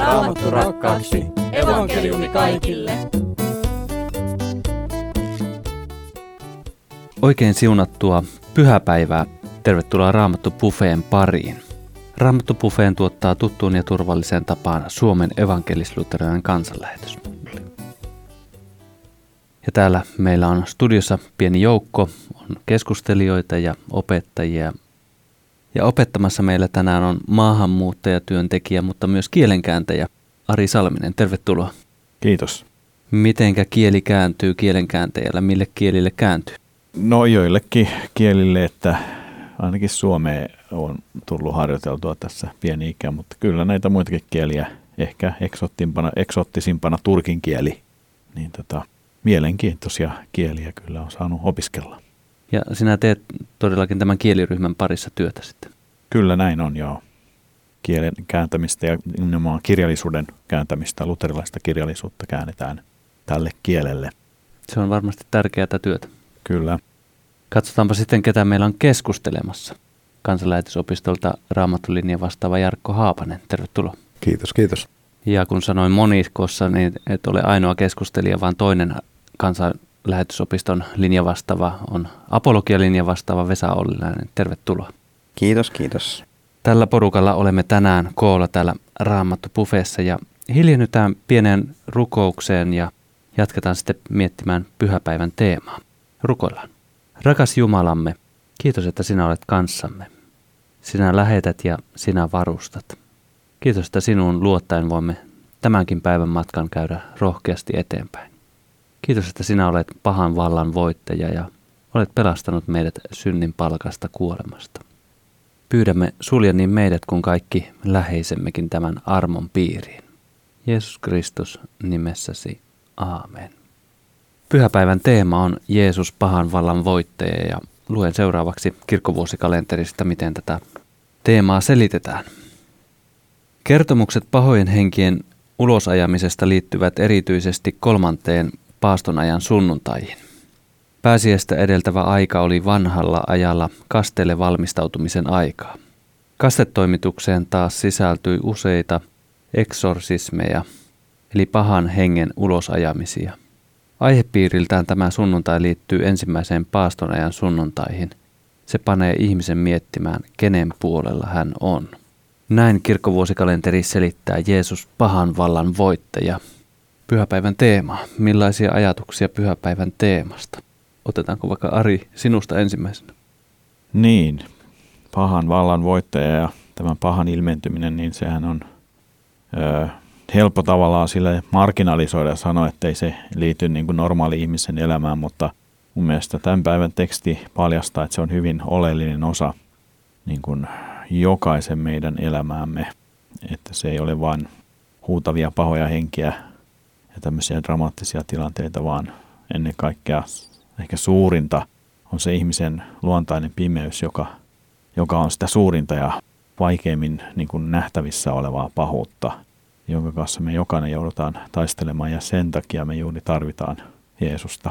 Raamattu rakkaaksi. Evankeliumi kaikille. Oikein siunattua pyhäpäivää. Tervetuloa Raamattu Buffeen pariin. Raamattu Buffeen tuottaa tuttuun ja turvalliseen tapaan Suomen evankelis-luterilainen kansanlähetys. Ja täällä meillä on studiossa pieni joukko, on keskustelijoita ja opettajia. Ja opettamassa meillä tänään on maahanmuuttajatyöntekijä, mutta myös kielenkääntäjä Ari Salminen. Tervetuloa. Kiitos. Mitenkä kieli kääntyy kielenkääntäjällä? Mille kielille kääntyy? No joillekin kielille, että ainakin suomea on tullut harjoiteltua tässä pieni ikä, mutta kyllä näitä muitakin kieliä, ehkä eksoottisimpana turkin kieli, niin mielenkiintoisia kieliä kyllä on saanut opiskella. Ja sinä teet todellakin tämän kieliryhmän parissa työtä sitten? Kyllä näin on, joo. Kielen kääntämistä ja nimenomaan kirjallisuuden kääntämistä, luterilaista kirjallisuutta käännetään tälle kielelle. Se on varmasti tärkeää työtä. Kyllä. Katsotaanpa sitten, ketä meillä on keskustelemassa. Kansanlähetysopistolta Raamattulinja vastaava Jarkko Haapanen. Tervetuloa. Kiitos, kiitos. Ja kun sanoin monikossa, niin et ole ainoa keskustelija, vaan toinen Kansanlähetysopiston linja vastaava on apologialinja vastaava Vesa Ollilainen. Tervetuloa. Kiitos, kiitos. Tällä porukalla olemme tänään koolla täällä Raamattu Buffeessa ja hiljennytään pieneen rukoukseen ja jatketaan sitten miettimään pyhäpäivän teemaa. Rukoillaan. Rakas Jumalamme, kiitos, että sinä olet kanssamme. Sinä lähetät ja sinä varustat. Kiitos, että sinuun luottaen voimme tämänkin päivän matkan käydä rohkeasti eteenpäin. Kiitos, että sinä olet pahan vallan voittaja ja olet pelastanut meidät synnin palkasta kuolemasta. Pyydämme sulje niin meidät kuin kaikki läheisemmekin tämän armon piiriin. Jeesus Kristus nimessäsi. Aamen. Pyhäpäivän teema on Jeesus pahan vallan voittaja ja luen seuraavaksi kirkkovuosikalenterista, miten tätä teemaa selitetään. Kertomukset pahojen henkien ulosajamisesta liittyvät erityisesti 3. paastonajan sunnuntaihin. Pääsiäistä edeltävä aika oli vanhalla ajalla kasteelle valmistautumisen aikaa. Kastetoimitukseen taas sisältyi useita eksorsismeja, eli pahan hengen ulosajamisia. Aihepiiriltään tämä sunnuntai liittyy ensimmäiseen paastonajan sunnuntaihin. Se panee ihmisen miettimään, kenen puolella hän on. Näin kirkkovuosikalenteri selittää Jeesus pahan vallan voittaja. Pyhäpäivän teema. Millaisia ajatuksia pyhäpäivän teemasta? Otetaanko vaikka Ari sinusta ensimmäisenä? Niin, pahan vallan voittaja ja tämän pahan ilmentyminen, niin sehän on helppo tavallaan sille marginalisoida ja sanoa, että ei se liity niin kuin normaali ihmisen elämään, mutta mun mielestä tämän päivän teksti paljastaa, että se on hyvin oleellinen osa niin kuin jokaisen meidän elämäämme, että se ei ole vain huutavia pahoja henkiä ja tämmöisiä dramaattisia tilanteita, vaan ennen kaikkea ehkä suurinta on se ihmisen luontainen pimeys, joka on sitä suurinta ja vaikeimmin niin kuin nähtävissä olevaa pahuutta, jonka kanssa me jokainen joudutaan taistelemaan ja sen takia me juuri tarvitaan Jeesusta.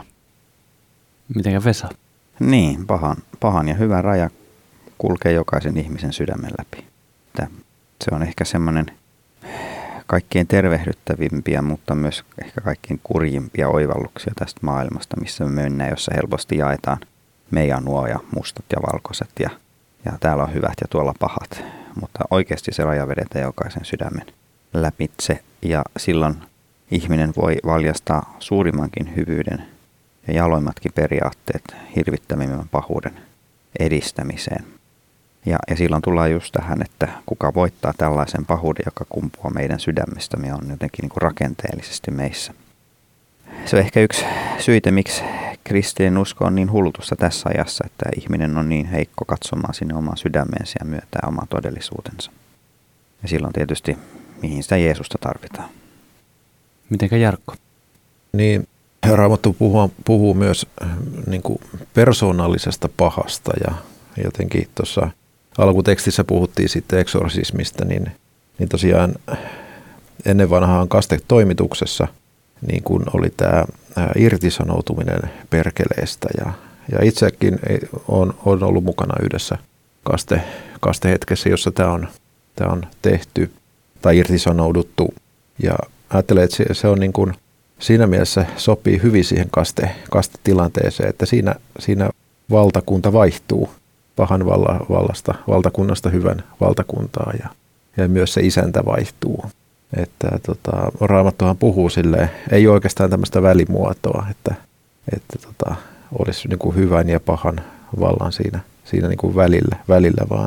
Mitenkä Vesa? Niin, pahan ja hyvän raja kulkee jokaisen ihmisen sydämen läpi. Se on ehkä semmoinen kaikkein tervehdyttävimpiä, mutta myös ehkä kaikkein kurjimpia oivalluksia tästä maailmasta, missä me mennään, jossa helposti jaetaan meidän nuo ja mustat ja valkoiset ja täällä on hyvät ja tuolla pahat. Mutta oikeasti se raja vedetään jokaisen sydämen läpitse ja silloin ihminen voi valjastaa suurimmankin hyvyyden ja jaloimmatkin periaatteet hirvittävimmän pahuuden edistämiseen. Ja silloin tullaan just tähän, että kuka voittaa tällaisen pahuuden, joka kumpuaa meidän sydämestämme, on jotenkin niin kuin rakenteellisesti meissä. Se on ehkä yksi syitä, miksi kristillinen usko on niin hullutusta tässä ajassa, että ihminen on niin heikko katsomaan sinne omaan sydämeensä ja myöntää omaa todellisuutensa. Ja silloin tietysti, mihin sitä Jeesusta tarvitaan. Mitenkä Jarkko? Niin, Raamattu puhuu myös niin kuin persoonallisesta pahasta ja jotenkin tuossa alkutekstissä puhuttiin sitten eksorsismista, niin tosiaan ennen vanhaan kastetoimituksessa niin kuin oli tämä irtisanoutuminen perkeleestä ja itsekin on ollut mukana yhdessä kastehetkessä, jossa tämä on tehty tai irtisanouduttu Ja ajattelen, että se on niin kuin, siinä mielessä sopii hyvin siihen kastetilanteeseen, että siinä valtakunta vaihtuu pahan vallasta, valtakunnasta hyvän valtakuntaan ja myös se isäntä vaihtuu. Että Raamattuhan puhuu silleen, ei oikeastaan tämmöistä välimuotoa, että olisi niin kuin hyvän ja pahan vallan siinä niin kuin välillä vaan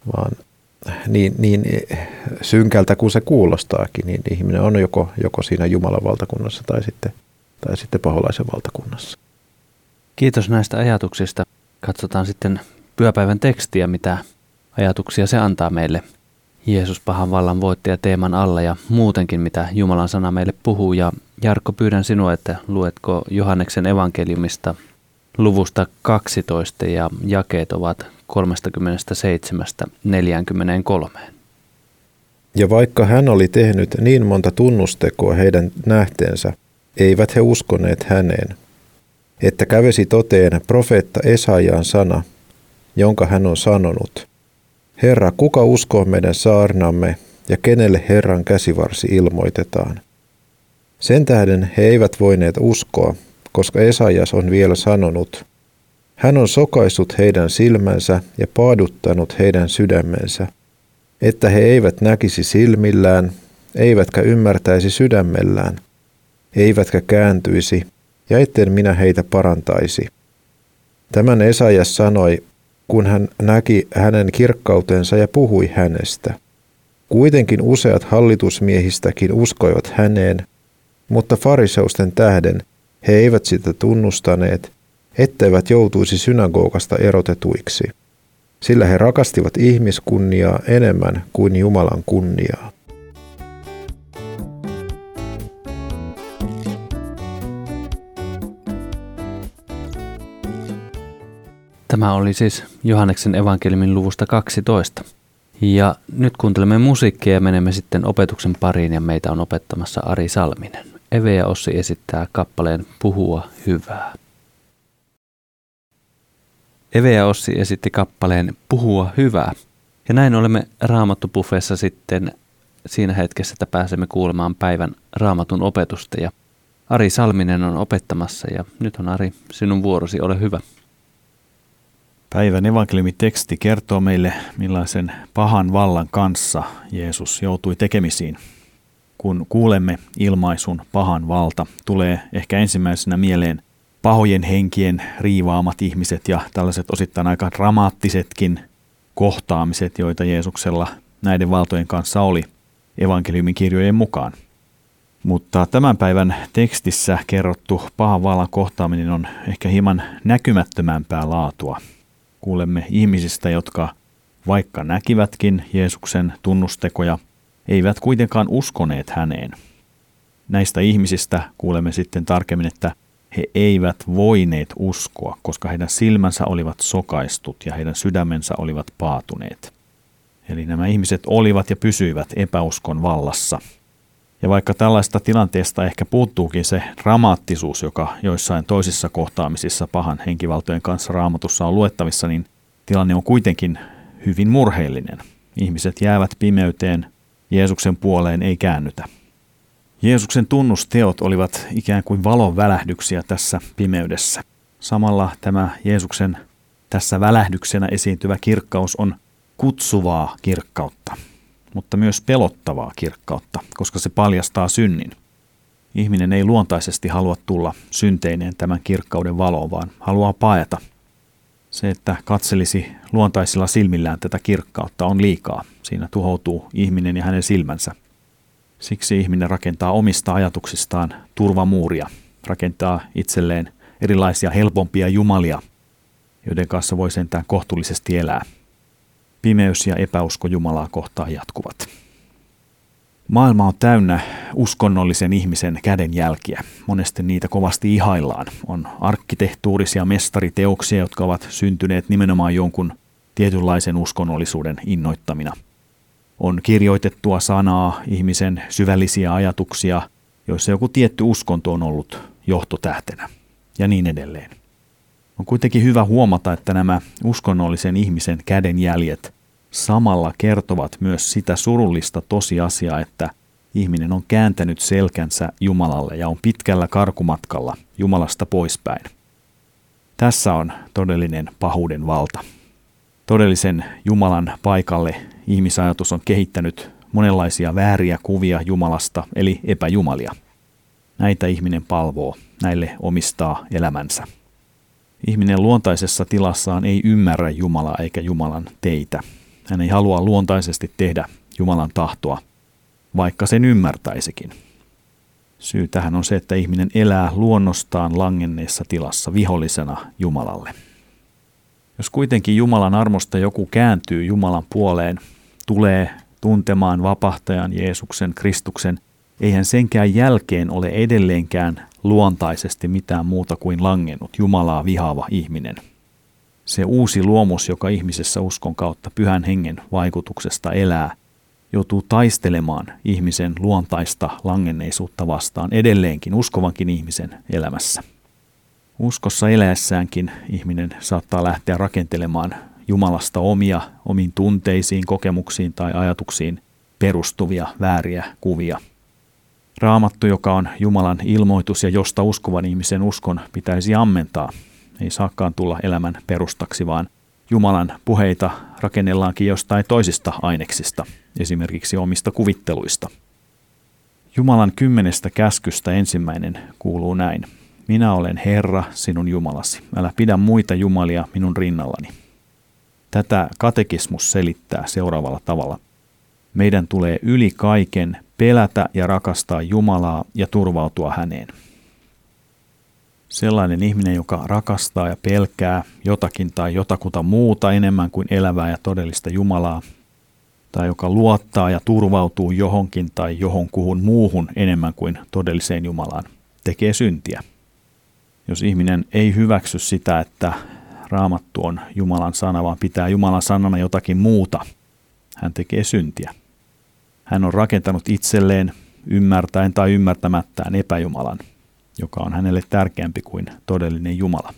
niin synkältä kuin se kuulostaakin, niin ihminen on joko siinä Jumalan valtakunnassa tai sitten paholaisen valtakunnassa. Kiitos näistä ajatuksista. Katsotaan sitten pyhäpäivän tekstiä, mitä ajatuksia se antaa meille Jeesus pahan vallan voittaja teeman alla ja muutenkin, mitä Jumalan sana meille puhuu. Ja Jarkko, pyydän sinua, että luetko Johanneksen evankeliumista luvusta 12 ja jakeet ovat 37-43. Ja vaikka hän oli tehnyt niin monta tunnustekoa heidän nähteensä, eivät he uskoneet häneen, että kävesi toteen profeetta Esaiaan sana, jonka hän on sanonut. Herra, kuka uskoo meidän saarnamme ja kenelle Herran käsivarsi ilmoitetaan? Sen tähden he eivät voineet uskoa, koska Esaias on vielä sanonut, hän on sokaissut heidän silmänsä ja paaduttanut heidän sydämensä, että he eivät näkisi silmillään, eivätkä ymmärtäisi sydämellään, eivätkä kääntyisi, ja etten minä heitä parantaisi. Tämän Esaias sanoi, kun hän näki hänen kirkkautensa ja puhui hänestä. Kuitenkin useat hallitusmiehistäkin uskoivat häneen, mutta fariseusten tähden he eivät sitä tunnustaneet, etteivät joutuisi synagogasta erotetuiksi, sillä he rakastivat ihmiskunniaa enemmän kuin Jumalan kunniaa. Tämä oli siis Johanneksen evankeliumin luvusta 12. Ja nyt kuuntelemme musiikkia ja menemme sitten opetuksen pariin ja meitä on opettamassa Ari Salminen. Eve ja Ossi esittää kappaleen Puhua hyvää. Eve ja Ossi esitti kappaleen Puhua hyvää. Ja näin olemme Raamattu-buffeessa sitten siinä hetkessä, että pääsemme kuulemaan päivän Raamatun opetusta. Ja Ari Salminen on opettamassa ja nyt on Ari sinun vuorosi, ole hyvä. Päivän evankeliumiteksti kertoo meille, millaisen pahan vallan kanssa Jeesus joutui tekemisiin. Kun kuulemme ilmaisun pahan valta, tulee ehkä ensimmäisenä mieleen pahojen henkien riivaamat ihmiset ja tällaiset osittain aika dramaattisetkin kohtaamiset, joita Jeesuksella näiden valtojen kanssa oli evankeliumin kirjojen mukaan. Mutta tämän päivän tekstissä kerrottu pahan vallan kohtaaminen on ehkä hieman näkymättömämpää laatua. Kuulemme ihmisistä, jotka vaikka näkivätkin Jeesuksen tunnustekoja, eivät kuitenkaan uskoneet häneen. Näistä ihmisistä kuulemme sitten tarkemmin, että he eivät voineet uskoa, koska heidän silmänsä olivat sokaistut ja heidän sydämensä olivat paatuneet. Eli nämä ihmiset olivat ja pysyivät epäuskon vallassa. Ja vaikka tällaista tilanteesta ehkä puuttuukin se dramaattisuus, joka joissain toisissa kohtaamisissa pahan henkivaltojen kanssa Raamatussa on luettavissa, niin tilanne on kuitenkin hyvin murheellinen. Ihmiset jäävät pimeyteen, Jeesuksen puoleen ei käännytä. Jeesuksen tunnusteot olivat ikään kuin valon välähdyksiä tässä pimeydessä. Samalla tämä Jeesuksen tässä välähdyksenä esiintyvä kirkkaus on kutsuvaa kirkkautta, mutta myös pelottavaa kirkkautta, koska se paljastaa synnin. Ihminen ei luontaisesti halua tulla synteineen tämän kirkkauden valoon, vaan haluaa paeta. Se, että katselisi luontaisilla silmillään tätä kirkkautta, on liikaa. Siinä tuhoutuu ihminen ja hänen silmänsä. Siksi ihminen rakentaa omista ajatuksistaan turvamuuria, rakentaa itselleen erilaisia helpompia jumalia, joiden kanssa voi sentään kohtuullisesti elää. Pimeys ja epäusko Jumalaa kohtaan jatkuvat. Maailma on täynnä uskonnollisen ihmisen kädenjälkiä. Monesti niitä kovasti ihaillaan. On arkkitehtuurisia mestariteoksia, jotka ovat syntyneet nimenomaan jonkun tietynlaisen uskonnollisuuden innoittamina. On kirjoitettua sanaa, ihmisen syvällisiä ajatuksia, joissa joku tietty uskonto on ollut johtotähtenä ja niin edelleen. On kuitenkin hyvä huomata, että nämä uskonnollisen ihmisen kädenjäljet samalla kertovat myös sitä surullista tosiasiaa, että Ihminen on kääntänyt selkänsä Jumalalle ja on pitkällä karkumatkalla Jumalasta poispäin. Tässä on todellinen pahuuden valta. Todellisen Jumalan paikalle ihmisajatus on kehittänyt monenlaisia vääriä kuvia Jumalasta, eli epäjumalia. Näitä ihminen palvoo, näille omistaa elämänsä. Ihminen luontaisessa tilassaan ei ymmärrä Jumalaa eikä Jumalan teitä. Hän ei halua luontaisesti tehdä Jumalan tahtoa, vaikka sen ymmärtäisikin. Syy tähän on se, että ihminen elää luonnostaan langenneessa tilassa vihollisena Jumalalle. Jos kuitenkin Jumalan armosta joku kääntyy Jumalan puoleen, tulee tuntemaan vapahtajan Jeesuksen Kristuksen, eihän senkään jälkeen ole edelleenkään luontaisesti mitään muuta kuin langennut Jumalaa vihaava ihminen. Se uusi luomus, joka ihmisessä uskon kautta Pyhän Hengen vaikutuksesta elää, joutuu taistelemaan ihmisen luontaista langenneisuutta vastaan edelleenkin uskovankin ihmisen elämässä. Uskossa eläessäänkin ihminen saattaa lähteä rakentelemaan Jumalasta omiin tunteisiin, kokemuksiin tai ajatuksiin perustuvia vääriä kuvia. Raamattu, joka on Jumalan ilmoitus ja josta uskovan ihmisen uskon pitäisi ammentaa, ei saakaan tulla elämän perustaksi, vaan Jumalan puheita rakennellaankin jostain toisista aineksista, esimerkiksi omista kuvitteluista. Jumalan 10 käskystä ensimmäinen kuuluu näin. Minä olen Herra, sinun Jumalasi. Älä pidä muita jumalia minun rinnallani. Tätä katekismus selittää seuraavalla tavalla. Meidän tulee yli kaiken pelätä ja rakastaa Jumalaa ja turvautua häneen. Sellainen ihminen, joka rakastaa ja pelkää jotakin tai jotakuta muuta enemmän kuin elävää ja todellista Jumalaa, tai joka luottaa ja turvautuu johonkin tai johonkuhun muuhun enemmän kuin todelliseen Jumalaan, tekee syntiä. Jos ihminen ei hyväksy sitä, että Raamattu on Jumalan sana, vaan pitää Jumalan sanana jotakin muuta, hän tekee syntiä. Hän on rakentanut itselleen ymmärtäen tai ymmärtämättään epäjumalan, joka on hänelle tärkeämpi kuin todellinen Jumala.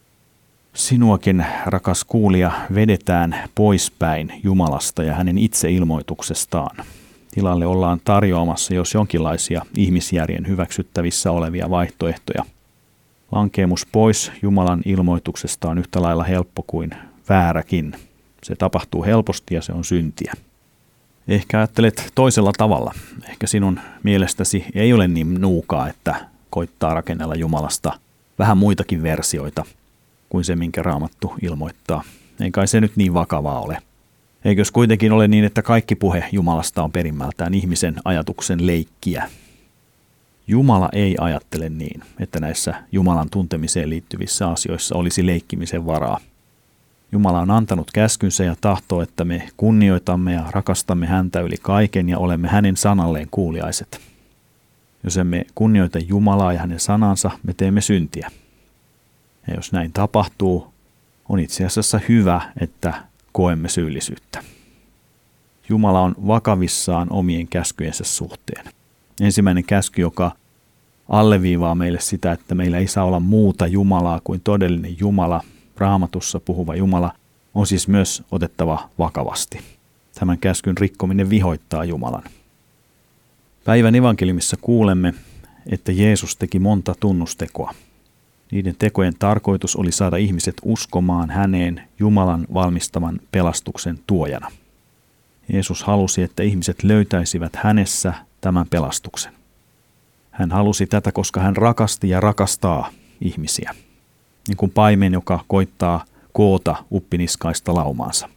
Sinuakin, rakas kuulija, vedetään poispäin Jumalasta ja hänen itseilmoituksestaan. Tilalle ollaan tarjoamassa jos jonkinlaisia ihmisjärjen hyväksyttävissä olevia vaihtoehtoja. Lankeemus pois Jumalan ilmoituksesta on yhtä lailla helppo kuin vääräkin. Se tapahtuu helposti ja se on syntiä. Ehkä ajattelet toisella tavalla. Ehkä sinun mielestäsi ei ole niin nuukaa, että koittaa rakennella Jumalasta vähän muitakin versioita kuin se, minkä Raamattu ilmoittaa. Ei kai se nyt niin vakavaa ole. Eikös kuitenkin ole niin, että kaikki puhe Jumalasta on perimmältään ihmisen ajatuksen leikkiä? Jumala ei ajattele niin, että näissä Jumalan tuntemiseen liittyvissä asioissa olisi leikkimisen varaa. Jumala on antanut käskynsä ja tahtoo, että me kunnioitamme ja rakastamme häntä yli kaiken ja olemme hänen sanalleen kuuliaiset. Jos emme kunnioita Jumalaa ja hänen sanansa, me teemme syntiä. Ja jos näin tapahtuu, on itse asiassa hyvä, että koemme syyllisyyttä. Jumala on vakavissaan omien käskyjensä suhteen. Ensimmäinen käsky, joka alleviivaa meille sitä, että meillä ei saa olla muuta Jumalaa kuin todellinen Jumala, Raamatussa puhuva Jumala, on siis myös otettava vakavasti. Tämän käskyn rikkominen vihoittaa Jumalan. Päivän evankeliumissa kuulemme, että Jeesus teki monta tunnustekoa. Niiden tekojen tarkoitus oli saada ihmiset uskomaan häneen Jumalan valmistavan pelastuksen tuojana. Jeesus halusi, että ihmiset löytäisivät hänessä tämän pelastuksen. Hän halusi tätä, koska hän rakasti ja rakastaa ihmisiä, niin kuin paimen, joka koittaa koota uppiniskaista laumaansa.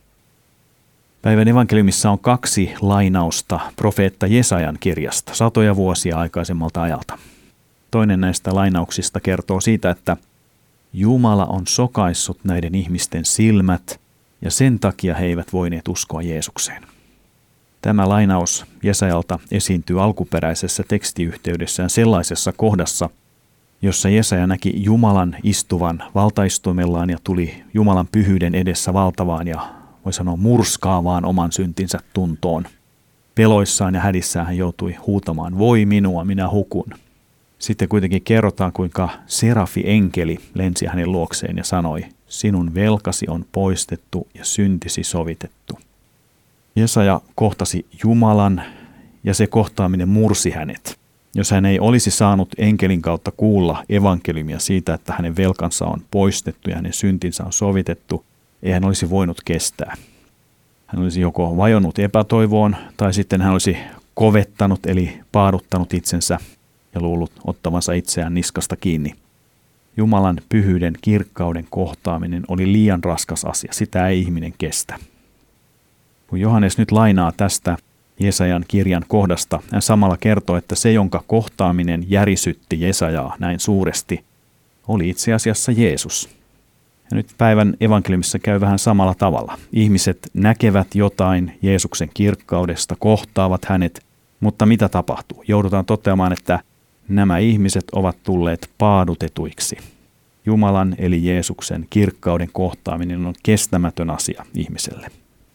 Päivän evankeliumissa on 2 lainausta profeetta Jesajan kirjasta satoja vuosia aikaisemmalta ajalta. Toinen näistä lainauksista kertoo siitä, että Jumala on sokaissut näiden ihmisten silmät ja sen takia he eivät voineet uskoa Jeesukseen. Tämä lainaus Jesajalta esiintyy alkuperäisessä tekstiyhteydessään sellaisessa kohdassa, jossa Jesaja näki Jumalan istuvan valtaistuimellaan ja tuli Jumalan pyhyyden edessä valtavaan ja voi sanoa murskaavaan oman syntinsä tuntoon. Peloissaan ja hädissään hän joutui huutamaan, voi minua, minä hukun. Sitten kuitenkin kerrotaan, kuinka serafi-enkeli lensi hänen luokseen ja sanoi, sinun velkasi on poistettu ja syntisi sovitettu. Jesaja kohtasi Jumalan ja se kohtaaminen mursi hänet. Jos hän ei olisi saanut enkelin kautta kuulla evankeliumia siitä, että hänen velkansa on poistettu ja hänen syntinsä on sovitettu, ei hän olisi voinut kestää. Hän olisi joko vajonnut epätoivoon tai sitten hän olisi kovettanut eli paaduttanut itsensä ja luullut ottavansa itseään niskasta kiinni. Jumalan pyhyyden kirkkauden kohtaaminen oli liian raskas asia, sitä ei ihminen kestä. Kun Johannes nyt lainaa tästä Jesajan kirjan kohdasta, hän samalla kertoo, että se, jonka kohtaaminen järisytti Jesajaa näin suuresti, oli itse asiassa Jeesus. Ja nyt päivän evankeliumissa käy vähän samalla tavalla. Ihmiset näkevät jotain Jeesuksen kirkkaudesta, kohtaavat hänet, mutta mitä tapahtuu? Joudutaan toteamaan, että nämä ihmiset ovat tulleet paadutetuiksi. Jumalan eli Jeesuksen kirkkauden kohtaaminen on kestämätön asia ihmiselle.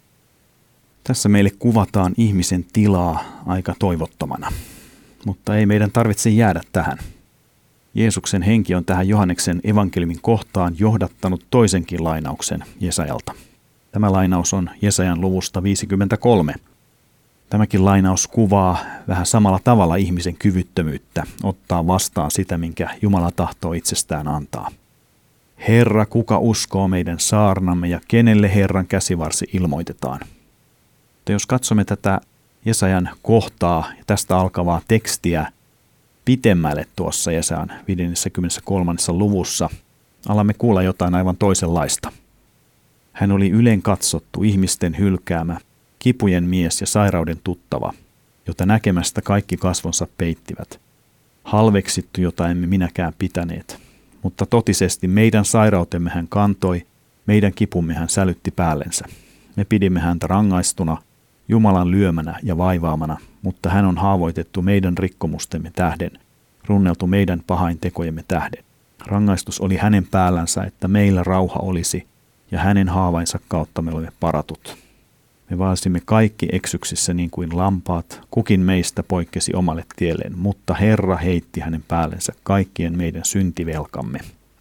Tässä meille kuvataan ihmisen tilaa aika toivottomana, mutta ei meidän tarvitse jäädä tähän. Jeesuksen henki on tähän Johanneksen evankeliumin kohtaan johdattanut toisenkin lainauksen Jesajalta. Tämä lainaus on Jesajan luvusta 53. Tämäkin lainaus kuvaa vähän samalla tavalla ihmisen kyvyttömyyttä ottaa vastaan sitä, minkä Jumala tahtoo itsestään antaa. Herra, kuka uskoo meidän saarnamme ja kenelle Herran käsivarsi ilmoitetaan? Mutta jos katsomme tätä Jesajan kohtaa ja tästä alkavaa tekstiä pitemmälle tuossa Jesajan 53. luvussa, alamme kuulla jotain aivan toisenlaista. Hän oli ylen katsottu, ihmisten hylkäämä, kipujen mies ja sairauden tuttava, jota näkemästä kaikki kasvonsa peittivät. Halveksittu, jota emme minäkään pitäneet. Mutta totisesti meidän sairautemme hän kantoi, meidän kipumme hän sälytti päällensä. Me pidimme häntä rangaistuna, Jumalan lyömänä ja vaivaamana, mutta hän on haavoitettu meidän rikkomustemme tähden, runneltu meidän pahaintekojemme tähden. Rangaistus oli hänen päällänsä, että meillä rauha olisi, ja hänen haavainsa kautta me olemme paratut. Me vaelsimme kaikki eksyksissä niin kuin lampaat, kukin meistä poikkesi omalle tielleen, mutta Herra heitti hänen päällensä kaikkien meidän syntivelkamme.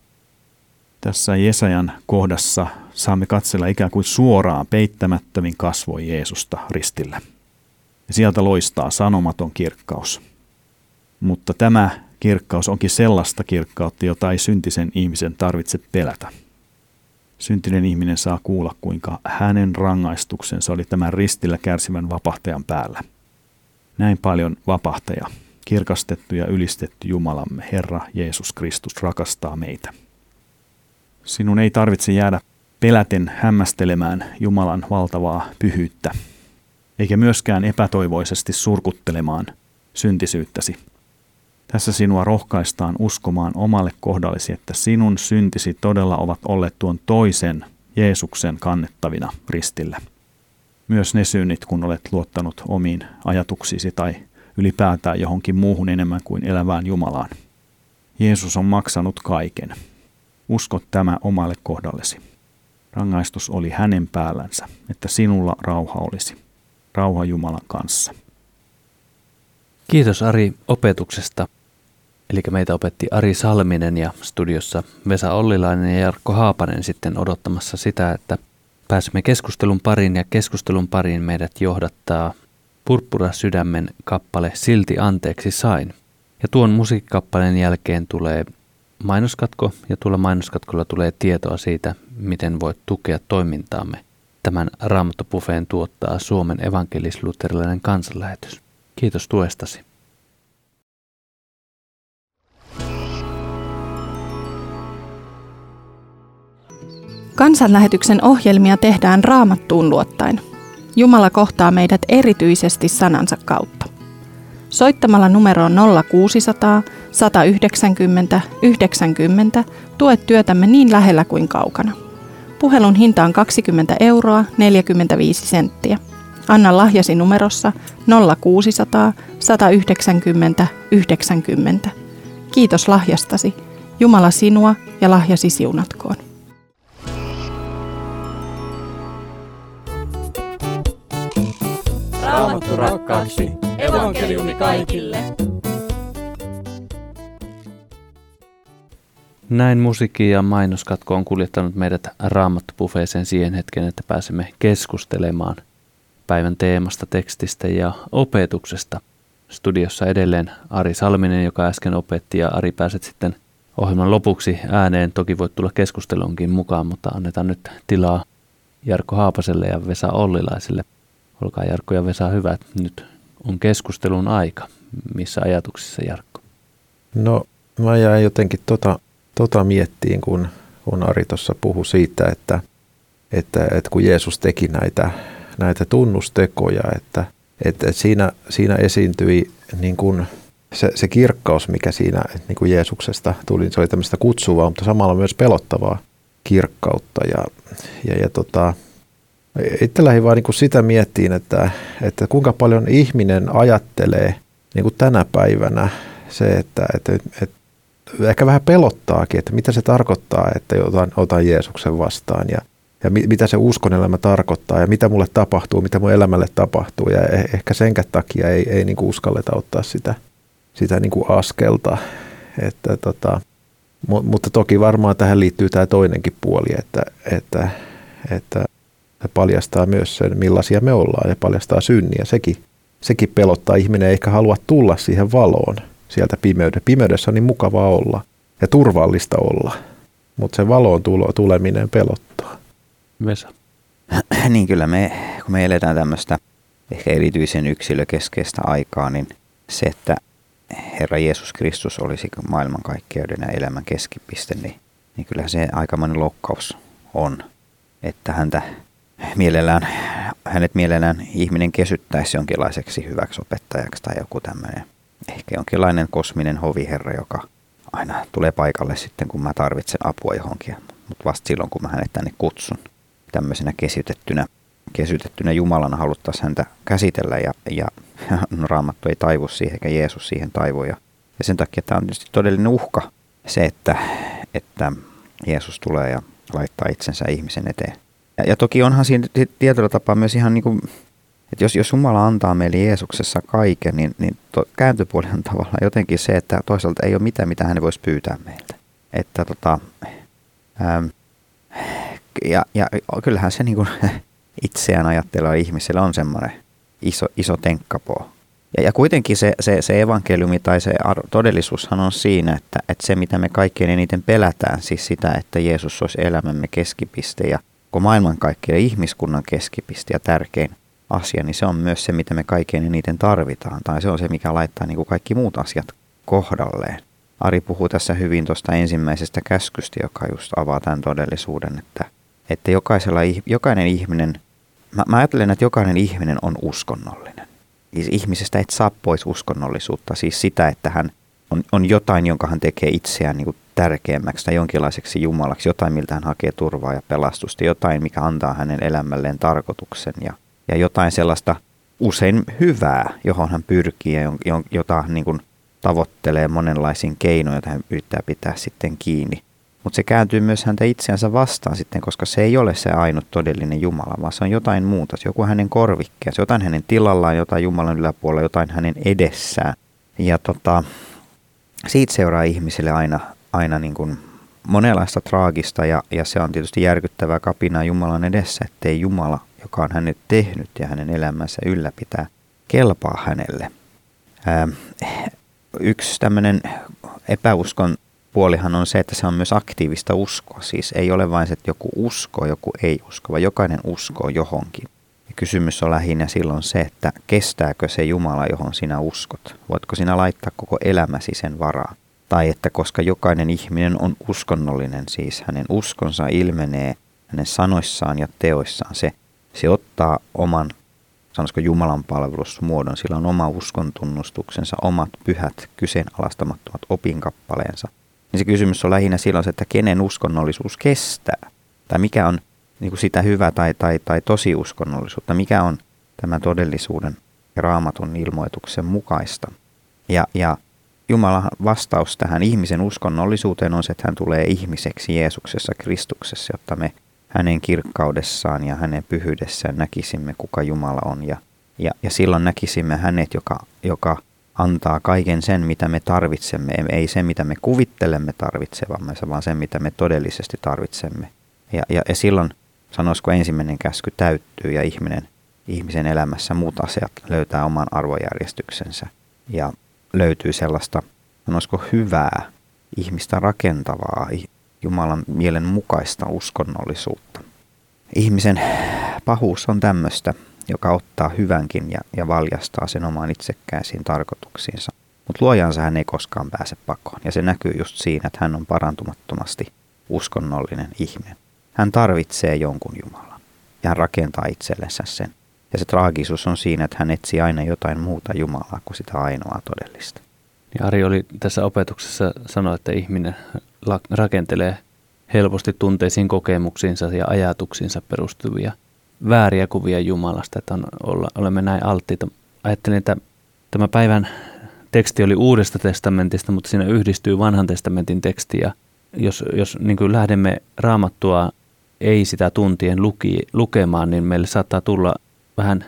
Tässä Jesajan kohdassa saamme katsella ikään kuin suoraan peittämättömin kasvoin Jeesusta ristillä. Ja sieltä loistaa sanomaton kirkkaus. Mutta tämä kirkkaus onkin sellaista kirkkautta, jota ei syntisen ihmisen tarvitse pelätä. Syntinen ihminen saa kuulla, kuinka hänen rangaistuksensa oli tämän ristillä kärsivän vapahtajan päällä. Näin paljon vapahtaja, kirkastettu ja ylistetty Jumalamme, Herra Jeesus Kristus, rakastaa meitä. Sinun ei tarvitse jäädä peläten hämmästelemään Jumalan valtavaa pyhyyttä, eikä myöskään epätoivoisesti surkuttelemaan syntisyyttäsi. Tässä sinua rohkaistaan uskomaan omalle kohdallesi, että sinun syntisi todella ovat olleet tuon toisen Jeesuksen kannettavina ristillä. Myös ne synnit, kun olet luottanut omiin ajatuksiisi tai ylipäätään johonkin muuhun enemmän kuin elävään Jumalaan. Jeesus on maksanut kaiken. Usko tämä omalle kohdallesi. Rangaistus oli hänen päällänsä, että sinulla rauha olisi. Rauha Jumalan kanssa. Kiitos Ari opetuksesta. Eli meitä opetti Ari Salminen ja studiossa Vesa Ollilainen ja Jarkko Haapanen sitten odottamassa sitä, että pääsemme keskustelun pariin, ja keskustelun pariin meidät johdattaa Purppura sydämen kappale Silti anteeksi sain. Ja tuon musiikkikappaleen jälkeen tulee mainoskatko, ja tuolla mainoskatkolla tulee tietoa siitä, miten voit tukea toimintaamme. Tämän Raamattobuffeen tuottaa Suomen evankelis-luterilainen kansanlähetys. Kiitos tuestasi. Kansanlähetyksen ohjelmia tehdään Raamattuun luottaen. Jumala kohtaa meidät erityisesti sanansa kautta. Soittamalla numeroon 0600 190 90 tuet työtämme niin lähellä kuin kaukana. Puhelun hinta on 20 € 45 senttiä. Anna lahjasi numerossa 0600 190 90. Kiitos lahjastasi. Jumala sinua ja lahjasi siunatkoon. Raamattu rakkaaksi. Evankeliumi kaikille. Näin musiikki ja mainoskatko on kuljettanut meidät Raamattobuffeeseen siihen hetken, että pääsemme keskustelemaan päivän teemasta, tekstistä ja opetuksesta. Studiossa edelleen Ari Salminen, joka äsken opetti, ja Ari, pääset sitten ohjelman lopuksi ääneen. Toki voit tulla keskusteluunkin mukaan, mutta annetaan nyt tilaa Jarkko Haapaselle ja Vesa Ollilaiselle. Olkaa Jarkko ja Vesa hyvät. Nyt on keskustelun aika. Missä ajatuksissa, Jarkko? No, mä jäin jotenkin tota miettiin, kun Ari tuossa puhui siitä, että kun Jeesus teki näitä tunnustekoja, että siinä esiintyi niin kuin se kirkkaus, mikä siinä niin kuin Jeesuksesta tuli. Se oli tämmöistä kutsuvaa, mutta samalla myös pelottavaa kirkkautta. Itse lähdin vaan niin kuin sitä miettiin, että kuinka paljon ihminen ajattelee niin kuin tänä päivänä se, että ehkä vähän pelottaakin, että mitä se tarkoittaa, että otan Jeesuksen vastaan ja mitä se uskon elämä tarkoittaa ja mitä mulle tapahtuu, mitä mun elämälle tapahtuu. Ja ehkä senkään takia ei niin kuin uskalleta ottaa sitä niin kuin askelta. Mutta toki varmaan tähän liittyy tämä toinenkin puoli, että se paljastaa myös sen, millaisia me ollaan, ja paljastaa synniä. Sekin pelottaa. Ihminen ei ehkä halua tulla siihen valoon sieltä pimeydessä on niin mukavaa olla ja turvallista olla, mutta se valoon tuleminen pelottaa. Vesa. Niin kyllä kun me eletään tämmöistä ehkä erityisen yksilökeskeistä aikaa, niin se, että Herra Jeesus Kristus olisi maailmankaikkeuden ja elämän keskipiste, niin kyllähän se aikamoinen loukkaus on, että hänet mielellään ihminen kesyttäisi jonkinlaiseksi hyväksi opettajaksi tai joku tämmöinen, ehkä jonkinlainen kosminen hoviherra, joka aina tulee paikalle sitten, kun mä tarvitsen apua johonkin, mutta vasta silloin, kun mä hänet tänne kutsun. Tämmöisenä kesytettynä Jumalana haluttaisiin häntä käsitellä ja no, Raamattu ei taivu siihen eikä Jeesus siihen taivu. Ja sen takia tämä on tietysti todellinen uhka se, että Jeesus tulee ja laittaa itsensä ihmisen eteen. Ja toki onhan siinä tietyllä tapaa myös ihan niin kuin, että jos Jumala antaa meille Jeesuksessa kaiken, niin kääntöpuoli on tavallaan jotenkin se, että toisaalta ei ole mitään, mitä hän voisi pyytää meiltä. Että ja kyllähän se niin kuin itseään ajatteleva ihmisellä on semmoinen iso tenkkapoo. Ja kuitenkin se evankeliumi tai se todellisuushan on siinä, että se mitä me kaikkein eniten pelätään, siis sitä, että Jeesus olisi elämämme keskipiste ja koko maailmankaikkeuden ihmiskunnan keskipiste ja tärkein asia, niin se on myös se, mitä me kaikkein eniten tarvitaan. Tai se on se, mikä laittaa niin kuin kaikki muut asiat kohdalleen. Ari puhuu tässä hyvin tuosta ensimmäisestä käskystä, joka just avaa tämän todellisuuden, että jokainen ihminen, mä ajattelen, että jokainen ihminen on uskonnollinen. Ihmisestä et saa pois uskonnollisuutta, siis sitä, että hän on jotain, jonka hän tekee itseään niin kuin tärkeämmäksi tai jonkinlaiseksi Jumalaksi, jotain, miltä hän hakee turvaa ja pelastusta, jotain, mikä antaa hänen elämälleen tarkoituksen ja jotain sellaista usein hyvää, johon hän pyrkii ja jota hän niin kuin tavoittelee monenlaisin keinoin, joita hän yrittää pitää sitten kiinni. Mutta se kääntyy myös häntä itseänsä vastaan sitten, koska se ei ole se ainut todellinen Jumala, vaan se on jotain muuta. Se joku hänen korvikkeensa, jotain hänen tilallaan, jotain Jumalan yläpuolella, jotain hänen edessään. Ja siitä seuraa ihmisille aina niin kuin monenlaista traagista ja se on tietysti järkyttävää kapinaa Jumalan edessä, ettei Jumala, joka on hänet tehnyt ja hänen elämänsä ylläpitää, kelpaa hänelle. Yksi tämmöinen epäuskon puolihan on se, että se on myös aktiivista uskoa. Siis ei ole vain se, että joku uskoo, joku ei usko, vaan jokainen uskoo johonkin. Ja kysymys on lähinnä silloin se, että kestääkö se Jumala, johon sinä uskot? Voitko sinä laittaa koko elämäsi sen varaan? Tai että koska jokainen ihminen on uskonnollinen, siis hänen uskonsa ilmenee hänen sanoissaan ja teoissaan. Se ottaa oman, sanoisiko Jumalan palvelusmuodon, sillä on oma uskontunnustuksensa, omat pyhät, kyseenalaistamattomat opinkappaleensa. Niin se kysymys on lähinnä silloin se, että kenen uskonnollisuus kestää. Tai mikä on niin kuin sitä hyvää tai tosi uskonnollisuutta, mikä on tämän todellisuuden ja Raamatun ilmoituksen mukaista. Ja Jumalan vastaus tähän ihmisen uskonnollisuuteen on se, että hän tulee ihmiseksi Jeesuksessa Kristuksessa, jotta me hänen kirkkaudessaan ja hänen pyhyydessään näkisimme, kuka Jumala on. Ja silloin näkisimme hänet, joka antaa kaiken sen, mitä me tarvitsemme. Ei sen, mitä me kuvittelemme tarvitsevamme, vaan sen, mitä me todellisesti tarvitsemme. Ja silloin, sanoisiko ensimmäinen käsky täyttyy ja ihminen ihmisen elämässä muut asiat löytää oman arvojärjestyksensä ja löytyy sellaista, sanoisiko hyvää, ihmistä rakentavaa, Jumalan mielen mukaista uskonnollisuutta. Ihmisen pahuus on tämmöistä, joka ottaa hyvänkin ja valjastaa sen omaan itsekkäisiin tarkoituksiinsa. Mutta luojansa hän ei koskaan pääse pakoon. Ja se näkyy just siinä, että hän on parantumattomasti uskonnollinen ihminen. Hän tarvitsee jonkun Jumalan ja hän rakentaa itsellensä sen. Ja se traagisuus on siinä, että hän etsii aina jotain muuta Jumalaa kuin sitä ainoaa todellista. Ja Ari oli tässä opetuksessa sanoi, että ihminen rakentelee helposti tunteisiin, kokemuksiinsa ja ajatuksiinsa perustuvia vääriä kuvia Jumalasta, että olemme näin alttiita. Ajattelin, että tämä päivän teksti oli Uudesta testamentista, mutta siinä yhdistyy Vanhan testamentin teksti. Ja jos niin kuin lähdemme Raamattua ei sitä tuntien lukemaan, niin meille saattaa tulla vähän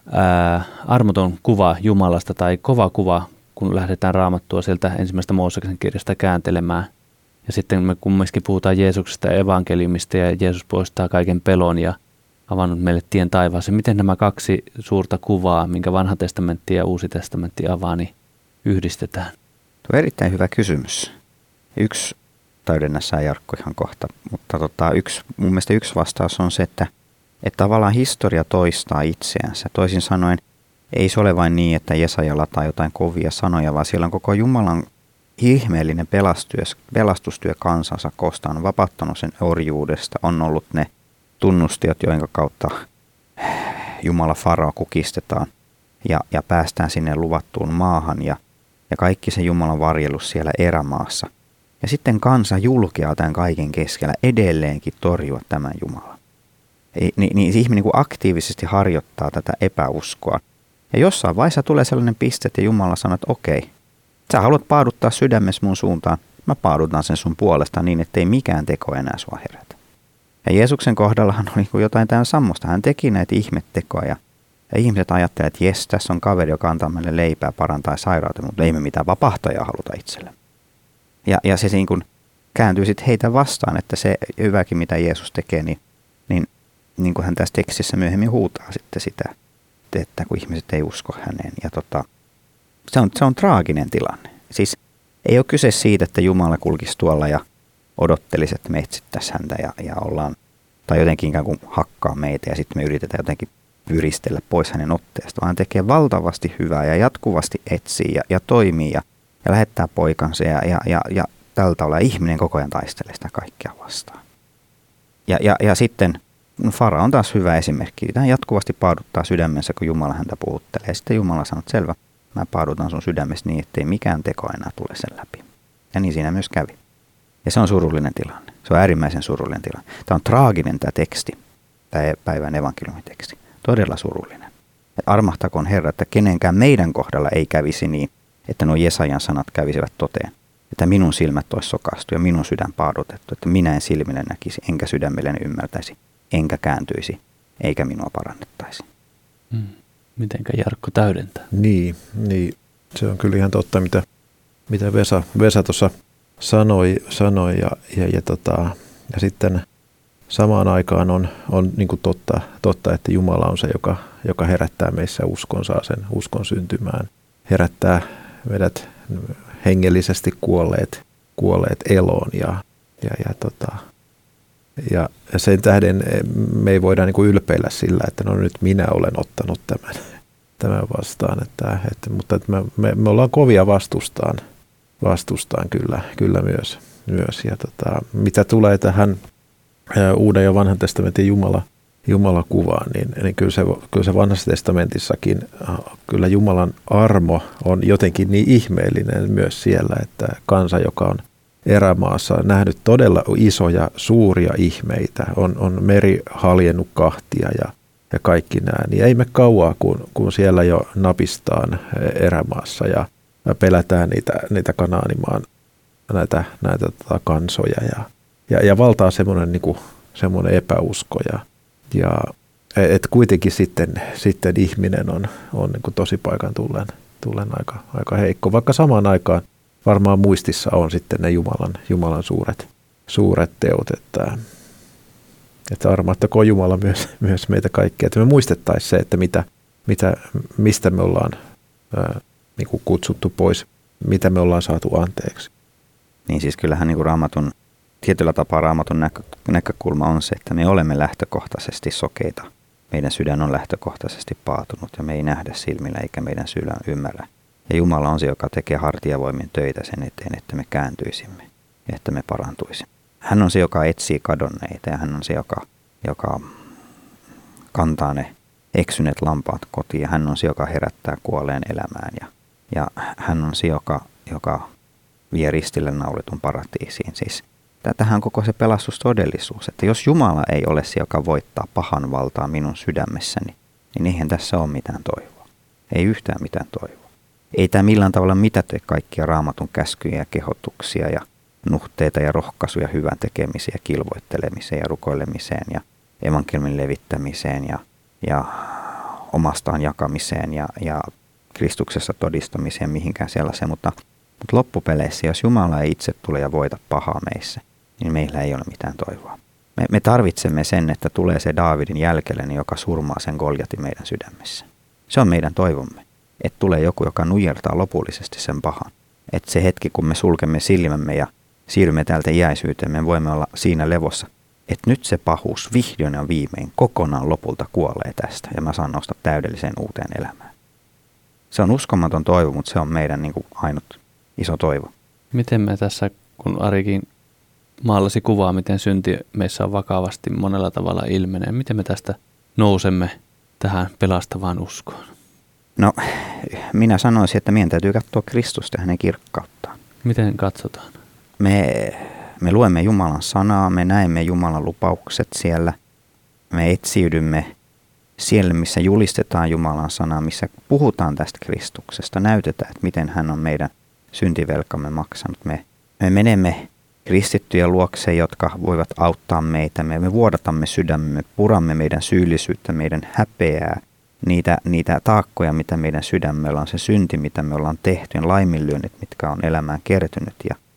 armoton kuva Jumalasta tai kova kuva, kun lähdetään Raamattua sieltä ensimmäistä Mooseksen kirjasta kääntelemään. Ja sitten me kumminkin puhutaan Jeesuksesta ja evankeliumista ja Jeesus poistaa kaiken pelon ja avannut meille tien taivaaseen. Miten nämä kaksi suurta kuvaa, minkä Vanha testamentti ja Uusi testamentti avaa, niin yhdistetään? Tuo on erittäin hyvä kysymys. Yksi, täydennä sä Jarkko ihan kohta, mutta mun mielestä yksi vastaus on se, että tavallaan historia toistaa itseänsä. Toisin sanoen ei se ole vain niin, että Jesaja lataa jotain kovia sanoja, vaan siellä on koko Jumalan ihmeellinen pelastustyö kansansa kohtaan, on vapauttanut sen orjuudesta, on ollut ne tunnustiot, joiden kautta Jumala Farao kukistetaan ja päästään sinne luvattuun maahan ja kaikki se Jumalan varjelus siellä erämaassa. Ja sitten kansa julkeaa tämän kaiken keskellä edelleenkin torjua tämän Jumalan. Niin ihminen niin kuin aktiivisesti harjoittaa tätä epäuskoa. Ja jossain vaiheessa tulee sellainen piste, että Jumala sanoo, että okei, sä haluat paaduttaa sydämessä mun suuntaan, mä paadutan sen sun puolesta niin, ettei mikään teko enää sua herätä. Ja Jeesuksen kohdallahan oli jotain tämän sammosta. Hän teki näitä ihmettekoja ja ihmiset ajattelevat, että jes, tässä on kaveri, joka antaa meille leipää, parantaa sairautta, mutta ei me mitään vapahtajaa haluta itselle. Ja se niin kuin kääntyy sitten heitä vastaan, että se hyväkin, mitä Jeesus tekee, niin kuin hän tässä tekstissä myöhemmin huutaa sitten sitä, että kun ihmiset ei usko häneen. Ja se on traaginen tilanne. Siis ei ole kyse siitä, että Jumala kulkisi tuolla ja odottelisi, että me etsittäisiin häntä ja ollaan, tai jotenkin ikään kuin hakkaa meitä ja sitten me yritetään jotenkin pyristellä pois hänen otteesta, vaan hän tekee valtavasti hyvää ja jatkuvasti etsii ja toimii ja lähettää poikansa ja tällä tavalla ihminen koko ajan taistelee sitä kaikkea vastaan. Ja sitten Farao on taas hyvä esimerkki. Hän jatkuvasti paaduttaa sydämensä, kun Jumala häntä puhuttelee. Ja sitten Jumala sanoo, että selvä, mä paadutan sun sydämessä niin, ettei mikään teko enää tule sen läpi. Ja niin siinä myös kävi. Ja se on surullinen tilanne. Se on äärimmäisen surullinen tilanne. Tämä on traaginen tämä teksti, tämä päivän evankeliumiteksti. Todella surullinen. Et armahtakoon Herra, että kenenkään meidän kohdalla ei kävisi niin, että nuo Jesajan sanat kävisivät toteen. Että minun silmät olisi sokastu ja minun sydän paadutettu. Että minä en silmille näkisi, enkä sydämilleni ymmärtäisi, enkä kääntyisi, eikä minua parannettaisi. Mitenkä Jarkko täydentää? Niin, se on kyllä ihan totta, mitä Vesa tuossa sanoi ja sitten samaan aikaan on niin kuin totta, että Jumala on se, joka herättää meissä uskon, saa sen uskon syntymään, herättää meidät hengellisesti kuolleet eloon ja sen tähden me ei voida niin kuin ylpeillä sillä, että no nyt minä olen ottanut tämän vastaan, mutta me ollaan kovia vastustaan kyllä myös. Ja mitä tulee tähän Uuden ja Vanhan testamentin Jumala-kuvaan, niin kyllä se Vanhassa testamentissakin kyllä Jumalan armo on jotenkin niin ihmeellinen myös siellä, että kansa, joka on erämaassa nähnyt todella isoja, suuria ihmeitä, on meri haljennut kahtia ja kaikki nämä, niin ei me kauaa, kun siellä jo napistaan erämaassa ja pelätään niitä Kanaanimaan näitä kansoja ja valtaa semmoinen epäusko ja et kuitenkin sitten ihminen on niin kuin tosipaikan tullen aika heikko, vaikka samaan aikaan varmaan muistissa on sitten ne Jumalan suuret teot, Että armahtakoon Jumala myös meitä kaikkia, että me muistettaisiin se, että mistä me ollaan niin kuin kutsuttu pois, mitä me ollaan saatu anteeksi. Niin siis kyllähän niin kuin tietyllä tapaa Raamatun näkökulma on se, että me olemme lähtökohtaisesti sokeita. Meidän sydän on lähtökohtaisesti paatunut ja me ei nähdä silmillä eikä meidän sydän ymmärrä. Ja Jumala on se, joka tekee hartiavoimin töitä sen eteen, että me kääntyisimme ja että me parantuisimme. Hän on se, joka etsii kadonneita ja hän on se, joka kantaa ne eksyneet lampaat kotiin ja hän on se, joka herättää kuolleen elämään ja hän on se, joka vie ristille naulitun paratiisiin. Siis tämähän koko se pelastustodellisuus, että jos Jumala ei ole se, joka voittaa pahan valtaa minun sydämessäni, niin eihän tässä ole mitään toivoa. Ei yhtään mitään toivoa. Ei tämä millään tavalla mitätöi kaikkia Raamatun käskyjä ja kehotuksia ja nuhteita ja rohkaisuja hyvän tekemiseen ja kilvoittelemiseen ja rukoilemiseen ja evankeliumin levittämiseen ja omastaan jakamiseen ja Kristuksessa todistamiseen mihinkään sellaiseen, mutta loppupeleissä, jos Jumala ei itse tule ja voita pahaa meissä, niin meillä ei ole mitään toivoa. Me tarvitsemme sen, että tulee se Daavidin jälkeläinen, joka surmaa sen Goljatin meidän sydämessä. Se on meidän toivomme, että tulee joku, joka nujertaa lopullisesti sen pahan. Että se hetki, kun me sulkemme silmämme ja siirrymme täältä iäisyyteen, me voimme olla siinä levossa, että nyt se pahuus vihdoin ja viimein kokonaan lopulta kuolee tästä ja mä saan nousta täydelliseen uuteen elämään. Se on uskomaton toivo, mutta se on meidän niin kuin ainut iso toivo. Miten me tässä, kun Arikin maalasi kuvaa, miten synti meissä on vakavasti monella tavalla ilmenee, miten me tästä nousemme tähän pelastavaan uskoon? No, minä sanoisin, että meidän täytyy katsoa Kristusta ja hänen kirkkauttaan. Miten katsotaan? Me luemme Jumalan sanaa, me näemme Jumalan lupaukset siellä. Me etsiydymme siellä, missä julistetaan Jumalan sanaa, missä puhutaan tästä Kristuksesta. Näytetään, että miten hän on meidän syntivelkamme maksanut. Me menemme kristittyjä luokse, jotka voivat auttaa meitä. Me vuodatamme sydämemme, puramme meidän syyllisyyttä, meidän häpeää, niitä taakkoja, mitä meidän sydämellä on, se synti, mitä me ollaan tehty, ja laiminlyönnit, mitkä on elämään kertynyt.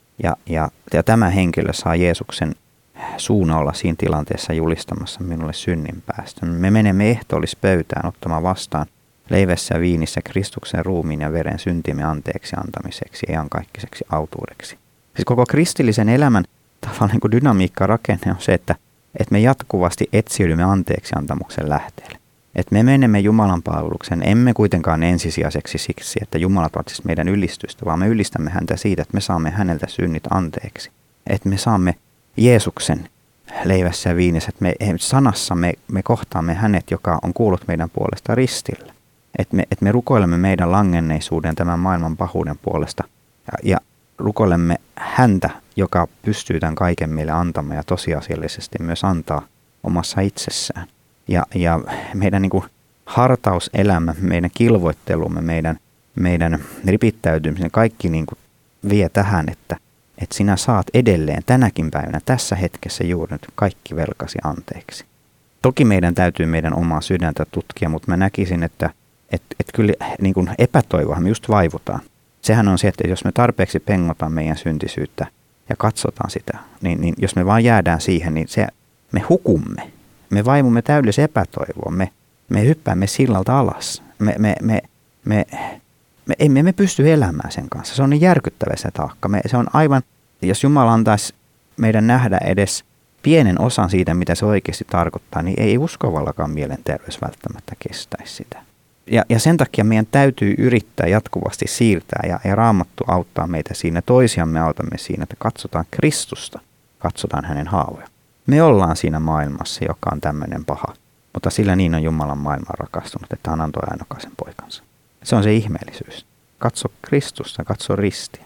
Ja tämä henkilö saa Jeesuksen suuna olla siinä tilanteessa julistamassa minulle synnin päästä. Me menemme ehtoollispöytään ottamaan vastaan leivessä ja viinissä Kristuksen ruumiin ja veren syntimme anteeksi antamiseksi ja iankaikkaiseksi autuudeksi. Siis koko kristillisen elämän tavallaan niin kuin dynamiikka rakenne on se, että me jatkuvasti etsiydymme anteeksi antamuksen lähteelle. Että me menemme Jumalan palveluksen, emme kuitenkaan ensisijaiseksi siksi, että Jumala tarvitsisi meidän ylistystä, vaan me ylistämme häntä siitä, että me saamme häneltä synnit anteeksi. Että me saamme Jeesuksen leivässä ja viinissä, että sanassa me kohtaamme hänet, joka on kuullut meidän puolesta ristillä. Että me rukoilemme meidän langenneisuuden tämän maailman pahuuden puolesta ja rukoilemme häntä, joka pystyy tämän kaiken meille antamaan ja tosiasiallisesti myös antaa omassa itsessään. Ja meidän niin kuin hartauselämä, meidän kilvoittelumme, meidän ripittäytymisen, kaikki niin kuin vie tähän, että sinä saat edelleen tänäkin päivänä, tässä hetkessä juuri nyt kaikki velkasi anteeksi. Toki meidän täytyy meidän omaa sydäntä tutkia, mutta mä näkisin, että kyllä niin kuin epätoivoa me just vaivutaan. Sehän on se, että jos me tarpeeksi pengotaan meidän syntisyyttä ja katsotaan sitä, niin jos me vaan jäädään siihen, niin me hukumme. Me vaivumme täydelliseen epätoivoon. Me hyppäämme sillalta alas. Me emme pysty elämään sen kanssa. Se on niin järkyttävä se taakka. Se on aivan, jos Jumala antaisi meidän nähdä edes pienen osan siitä, mitä se oikeasti tarkoittaa, niin ei uskovallakaan mielenterveys välttämättä kestäisi sitä. Ja sen takia meidän täytyy yrittää jatkuvasti siirtää ja Raamattu auttaa meitä siinä. Toisiamme autamme siinä, että katsotaan Kristusta, katsotaan hänen haavoja. Me ollaan siinä maailmassa, joka on tämmöinen paha, mutta sillä niin on Jumalan maailman rakastunut, että hän antoi ainokaisen poikansa. Se on se ihmeellisyys. Katso Kristusta, katso ristiä.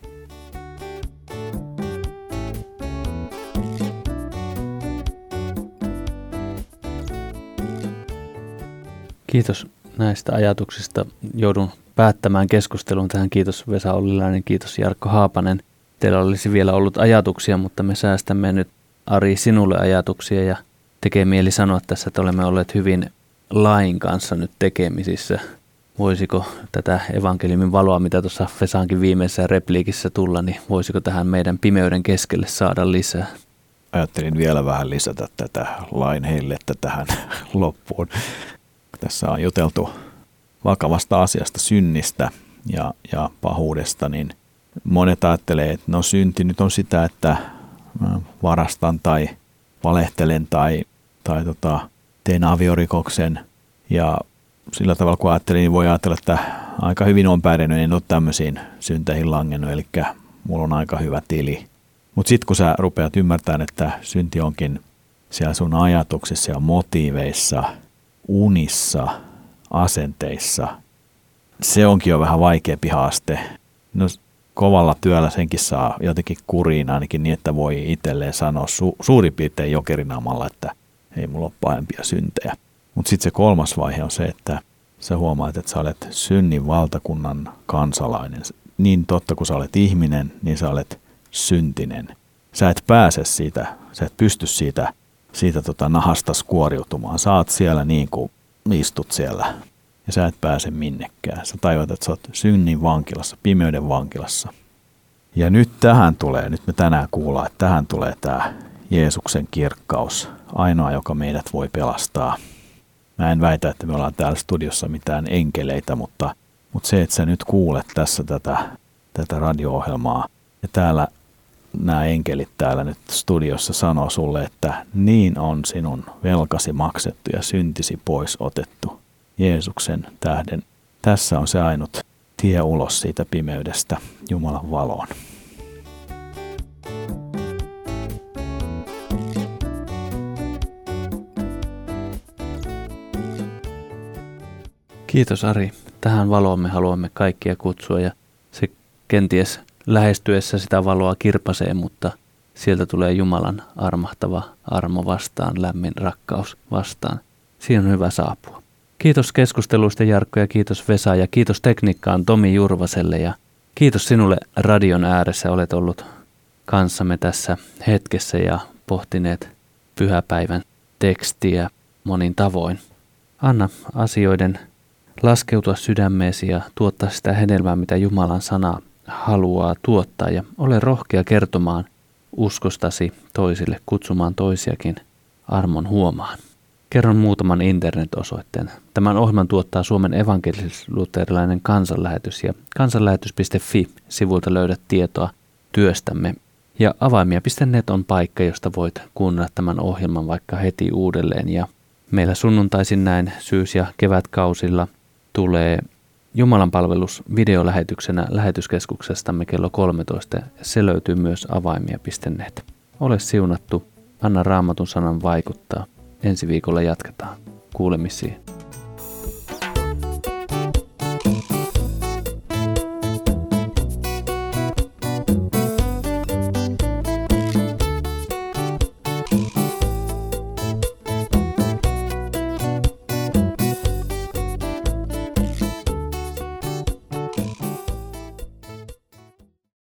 Kiitos näistä ajatuksista. Joudun päättämään keskustelun tähän. Kiitos Vesa Ollilainen, kiitos Jarkko Haapanen. Teillä olisi vielä ollut ajatuksia, mutta me säästämme nyt Ari sinulle ajatuksia ja tekee mieli sanoa tässä, että olemme olleet hyvin lain kanssa nyt tekemisissä. Voisiko tätä evankeliumin valoa, mitä tuossa Vesankin viimeisessä repliikissä tulla, niin voisiko tähän meidän pimeyden keskelle saada lisää? ajattelin vielä vähän lisätä tätä lain hellettä tähän loppuun. Tässä on juteltu vakavasta asiasta, synnistä ja pahuudesta, niin monet ajattelee, että no synti nyt on sitä, että varastan tai valehtelen tai teen aviorikoksen. Ja sillä tavalla kun ajattelin, niin voi ajatella, että aika hyvin on pärjännyt, en ole tämmöisiin synteihin langennut, eli mulla on aika hyvä tili. Mutta sitten kun sä rupeat ymmärtämään, että synti onkin siellä sun ajatuksissa ja motiiveissa, unissa, asenteissa, se onkin jo vähän vaikeampi haaste. No, kovalla työllä senkin saa jotenkin kuriin ainakin niin, että voi itselleen sanoa suurin piirtein jokerinaamalla, että ei mulla ole pahempia syntejä. Mutta sitten se kolmas vaihe on se, että sä huomaat, että sä olet synnin valtakunnan kansalainen. Niin totta kun sä olet ihminen, niin sä olet syntinen. Sä et pääse siitä, sä et pysty siitä nahastas kuoriutumaan. Sä oot siellä niin kuin istut siellä ja sä et pääse minnekään. Sä tajuat, että sä oot synnin vankilassa, pimeyden vankilassa. Ja nyt me tänään kuullaan, että tähän tulee tämä Jeesuksen kirkkaus, ainoa, joka meidät voi pelastaa. Mä en väitä, että me ollaan täällä studiossa mitään enkeleitä, mutta se, että sä nyt kuulet tässä tätä radio-ohjelmaa ja täällä nämä enkelit täällä nyt studiossa sanoo sulle, että niin on sinun velkasi maksettu ja syntisi pois otettu Jeesuksen tähden. Tässä on se ainut tie ulos siitä pimeydestä Jumalan valoon. Kiitos Ari. Tähän valoon me haluamme kaikkia kutsua ja se kenties lähestyessä sitä valoa kirpasee, mutta sieltä tulee Jumalan armahtava armo vastaan, lämmin rakkaus vastaan. Siinä on hyvä saapua. Kiitos keskusteluista Jarkko ja kiitos Vesa ja kiitos tekniikkaan Tomi Jurvaselle ja kiitos sinulle radion ääressä. Olet ollut kanssamme tässä hetkessä ja pohtineet pyhäpäivän tekstiä monin tavoin. Anna asioiden laskeutua sydämeesi ja tuottaa sitä hedelmää, mitä Jumalan sana haluaa tuottaa ja ole rohkea kertomaan uskostasi toisille, kutsumaan toisiakin armon huomaan. Kerron muutaman internet-osoitteen. Tämän ohjelman tuottaa Suomen evankelis-luterilainen kansanlähetys ja kansanlähetys.fi-sivulta löydät tietoa työstämme. Ja avaimia.net on paikka, josta voit kuunnella tämän ohjelman vaikka heti uudelleen. Ja meillä sunnuntaisin näin syys- ja kevätkausilla tulee Jumalan palvelus videolähetyksenä lähetyskeskuksestamme kello 13. Se löytyy myös avaimia.net. Ole siunattu, anna Raamatun sanan vaikuttaa. Ensi viikolla jatketaan. Kuulemisiin.